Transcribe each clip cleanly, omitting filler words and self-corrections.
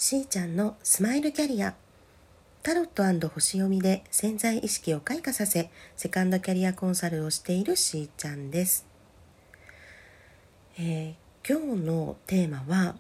しーちゃんのスマイルキャリア。タロット&星読みで潜在意識を開花させ、セカンドキャリアコンサルをしているしーちゃんです。今日のテーマは、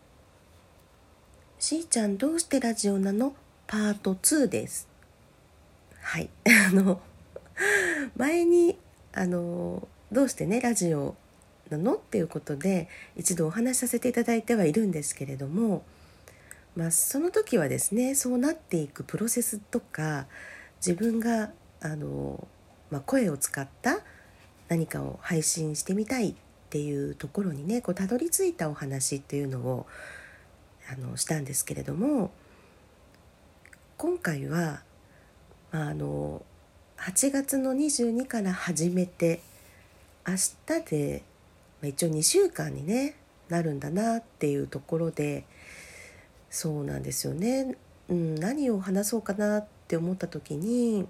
しーちゃんどうしてラジオなのパート2です。はい。前にどうしてねラジオなのっていうことで一度お話しさせていただいてはいるんですけれども、その時はですね、そうなっていくプロセスとか、自分が声を使った何かを配信してみたいっていうところにね、たどり着いたお話っていうのをしたんですけれども、今回は、8月の22から始めて明日で、一応2週間に、なるんだなっていうところで、そうなんですよね、何を話そうかなって思った時に、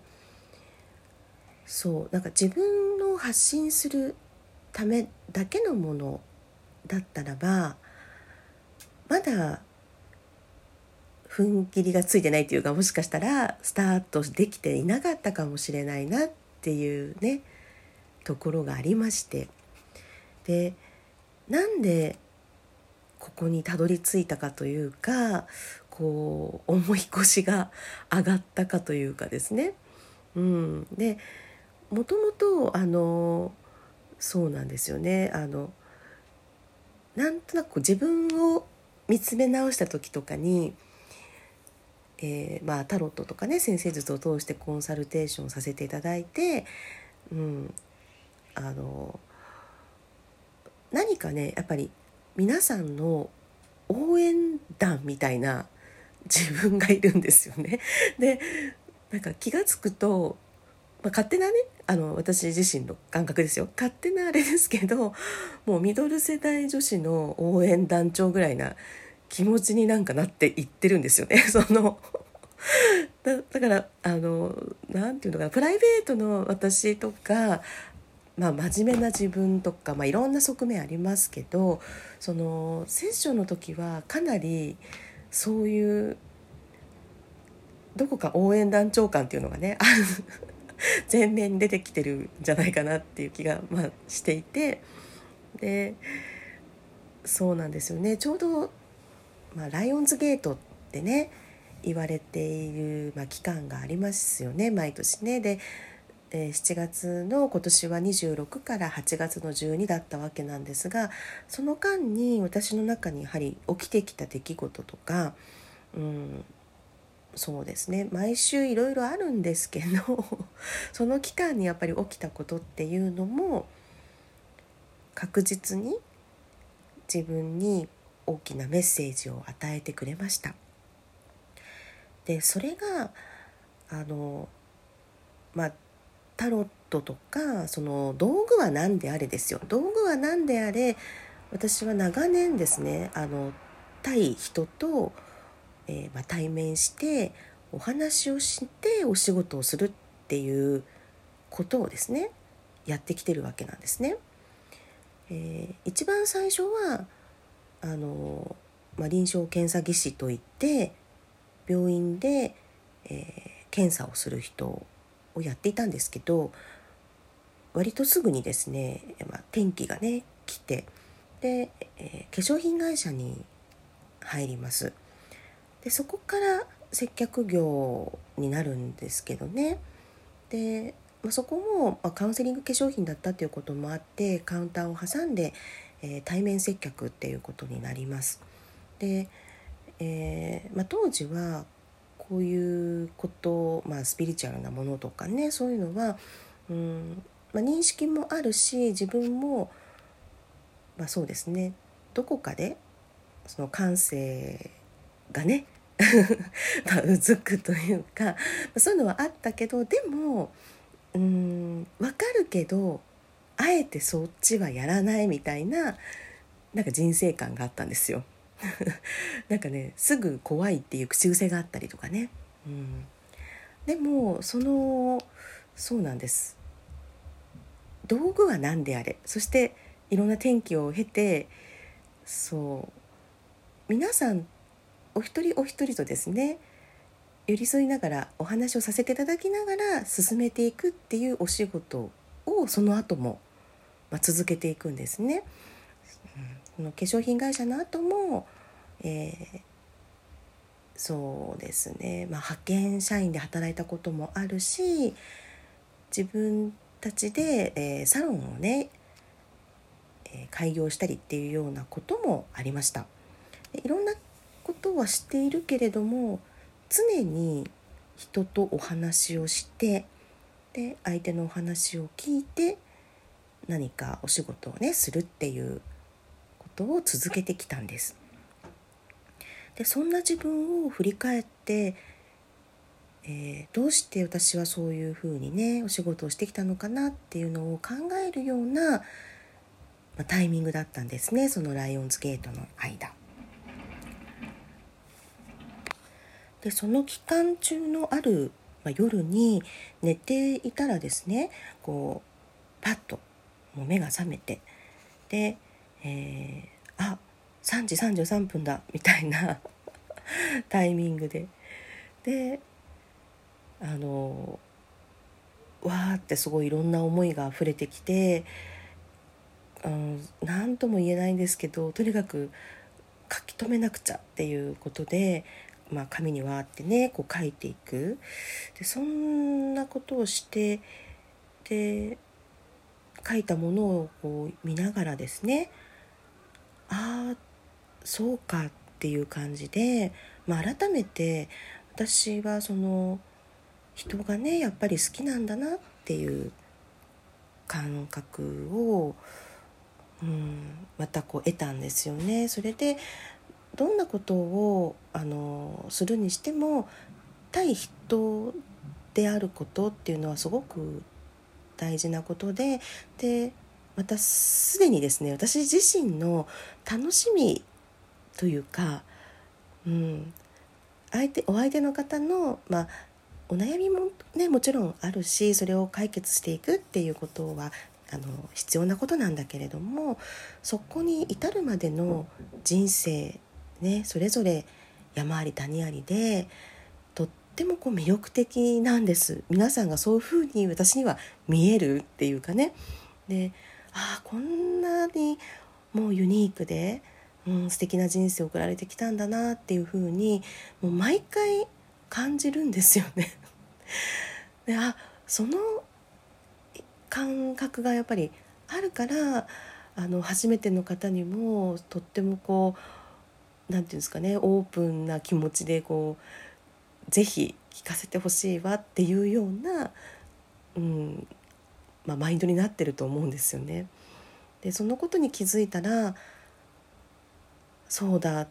自分の発信するためだけのものだったらばまだ踏ん切りがついてないというか、もしかしたらスタートできていなかったかもしれないなっていうねところがありまして、でなんでここにたどり着いたかというか、重い腰が上がったかというかですね、でもともとそうなんですよね、なんとなく自分を見つめ直した時とかに、タロットとかね、先生術を通してコンサルテーションさせていただいて、何かねやっぱり皆さんの応援団みたいな自分がいるんですよね。で気がつくと、勝手なね私自身の感覚ですよ、勝手なあれですけど、もうミドル世代女子の応援団長ぐらいな気持ちになっていってるんですよね。だからなんていうのかな、プライベートの私とか、真面目な自分とか、いろんな側面ありますけど、そのセッションの時はかなりそういうどこか応援団長感っていうのがね前面に出てきてるんじゃないかなっていう気が、していて、でそうなんですよね。ちょうど、ライオンズゲートってね言われている、期間がありますよね、毎年ね。で、7月の今年は26から8月の12だったわけなんですが、その間に私の中にやはり起きてきた出来事とか、そうですね、毎週いろいろあるんですけどその期間にやっぱり起きたことっていうのも確実に自分に大きなメッセージを与えてくれました。でそれがタロットとか、その道具は何であれですよ、道具は何であれ、私は長年ですね、対人と、対面してお話をしてお仕事をするっていうことをですねやってきてるわけなんですね。一番最初は臨床検査技師といって病院で、検査をする人をやっていたんですけど、割とすぐにですね、転機がね来て、で、化粧品会社に入ります。でそこから接客業になるんですけどね。で、そこも、カウンセリング化粧品だったということもあってカウンターを挟んで、対面接客っていうことになります。で、当時はこういうこと、スピリチュアルなものとかね、そういうのは、認識もあるし、自分も、そうですね、どこかでその感性がねうずくというか、そういうのはあったけど、でも分かるけどあえてそっちはやらないみたいな、人生観があったんですよすぐ怖いっていう口癖があったりとかね、でもそうなんです、道具は何であれ、そしていろんな転機を経て、皆さんお一人お一人とですね寄り添いながらお話をさせていただきながら進めていくっていうお仕事をその後も、続けていくんですね。この化粧品会社の後も、そうですね、派遣社員で働いたこともあるし、自分たちで、サロンをね、開業したりっていうようなこともありました。でいろんなことはしているけれども、常に人とお話をして、で相手のお話を聞いて何かお仕事をねするっていうことを続けてきたんです。でそんな自分を振り返って、どうして私はそういうふうにねお仕事をしてきたのかなっていうのを考えるような、タイミングだったんですね、そのライオンズゲートの間で。その期間中のある、夜に寝ていたらですね、こうパッともう目が覚めて、で、3時33分だみたいなタイミングでわーってすごいいろんな思いが溢れてきて、何とも言えないんですけど、とにかく書き留めなくちゃっていうことで、紙にわーってねこう書いていく。でそんなことをして、で書いたものをこう見ながらですね、そうかっていう感じで、改めて私はその人がねやっぱり好きなんだなっていう感覚を、またこう得たんですよね。それでどんなことをするにしても対人であることっていうのはすごく大事なことでまたすでにですね私自身の楽しみというか、お相手の方の、お悩みもねもちろんあるし、それを解決していくっていうことは必要なことなんだけれども、そこに至るまでの人生ね、それぞれ山あり谷ありでとってもこう魅力的なんです。皆さんがそういうふうに私には見えるっていうかね。で、こんなにもうユニークで、素敵な人生を送られてきたんだなっていうふうにもう毎回感じるんですよね。でその感覚がやっぱりあるから、初めての方にもとってもこうなんていうんですかね、オープンな気持ちでこうぜひ聞かせてほしいわっていうような、マインドになってると思うんですよね。でそのことに気づいたら、そうだって、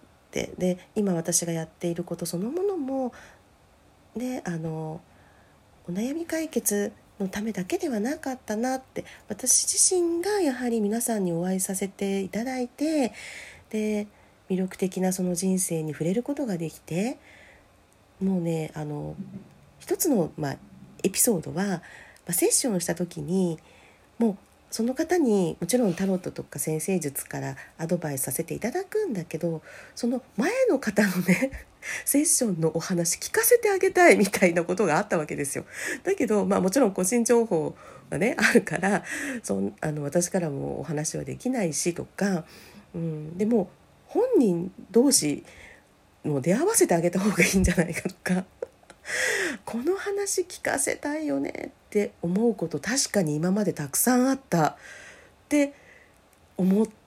で今私がやっていることそのものもね、お悩み解決のためだけではなかったなって、私自身がやはり皆さんにお会いさせていただいて、で魅力的なその人生に触れることができて、もうね一つの、エピソードは、セッションをした時にもうその方にもちろんタロットとか占星術からアドバイスさせていただくんだけど、その前の方のねセッションのお話聞かせてあげたいみたいなことがあったわけですよ。だけど、もちろん個人情報がねあるから私からもお話はできないしとか、でも本人同士もう出会わせてあげた方がいいんじゃないかとかこの話聞かせたいよねって思うこと確かに今までたくさんあったって思って、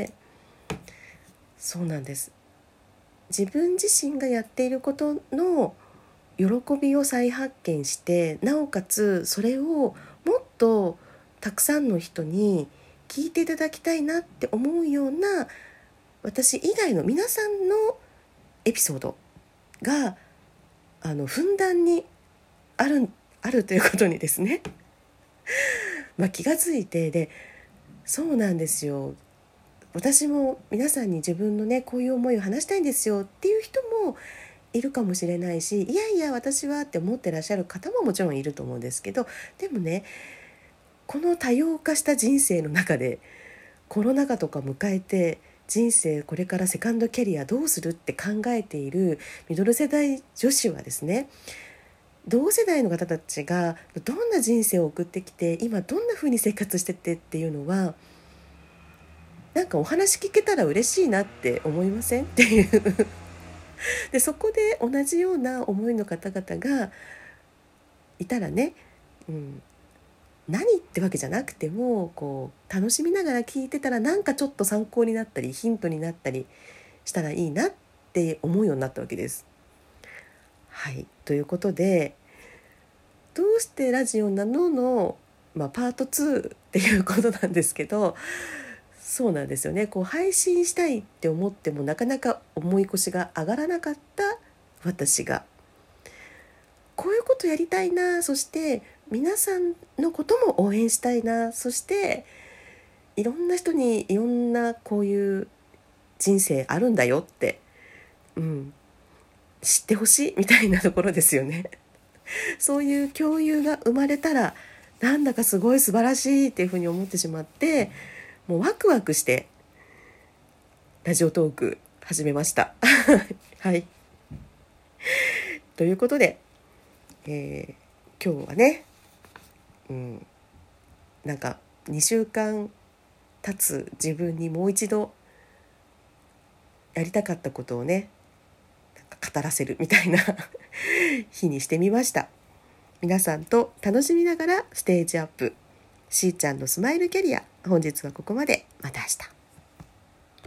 そうなんです。自分自身がやっていることの喜びを再発見して、なおかつそれをもっとたくさんの人に聞いていただきたいなって思うような私以外の皆さんのエピソードがふんだんにあるということにですね気がついて、でそうなんですよ。私も皆さんに自分のねこういう思いを話したいんですよっていう人もいるかもしれないし、いやいや私はって思ってらっしゃる方ももちろんいると思うんですけど、でもねこの多様化した人生の中でコロナ禍とか迎えて人生これからセカンドキャリアどうするって考えているミドル世代女子はですね、同世代の方たちがどんな人生を送ってきて今どんな風に生活しててっていうのはなんかお話聞けたら嬉しいなって思いませんっていうでそこで同じような思いの方々がいたらね、何ってわけじゃなくてもこう楽しみながら聞いてたらなんかちょっと参考になったりヒントになったりしたらいいなって思うようになったわけです。はい、ということでどうしてラジオなのの、パート2っていうことなんですけど、そうなんですよね。こう配信したいって思ってもなかなか重い腰が上がらなかった私がこういうことやりたいな、そして皆さんのことも応援したいな、そしていろんな人にいろんなこういう人生あるんだよって、知ってほしいみたいなところですよね。そういう共有が生まれたらなんだかすごい素晴らしいっていうふうに思ってしまって、もうワクワクしてラジオトーク始めましたはい、ということで、今日はね、なんか2週間経つ自分にもう一度やりたかったことをね、なんか語らせるみたいな日にしてみました。皆さんと楽しみながらステージアップ、しーちゃんのスマイルキャリア、本日はここまで。また明日。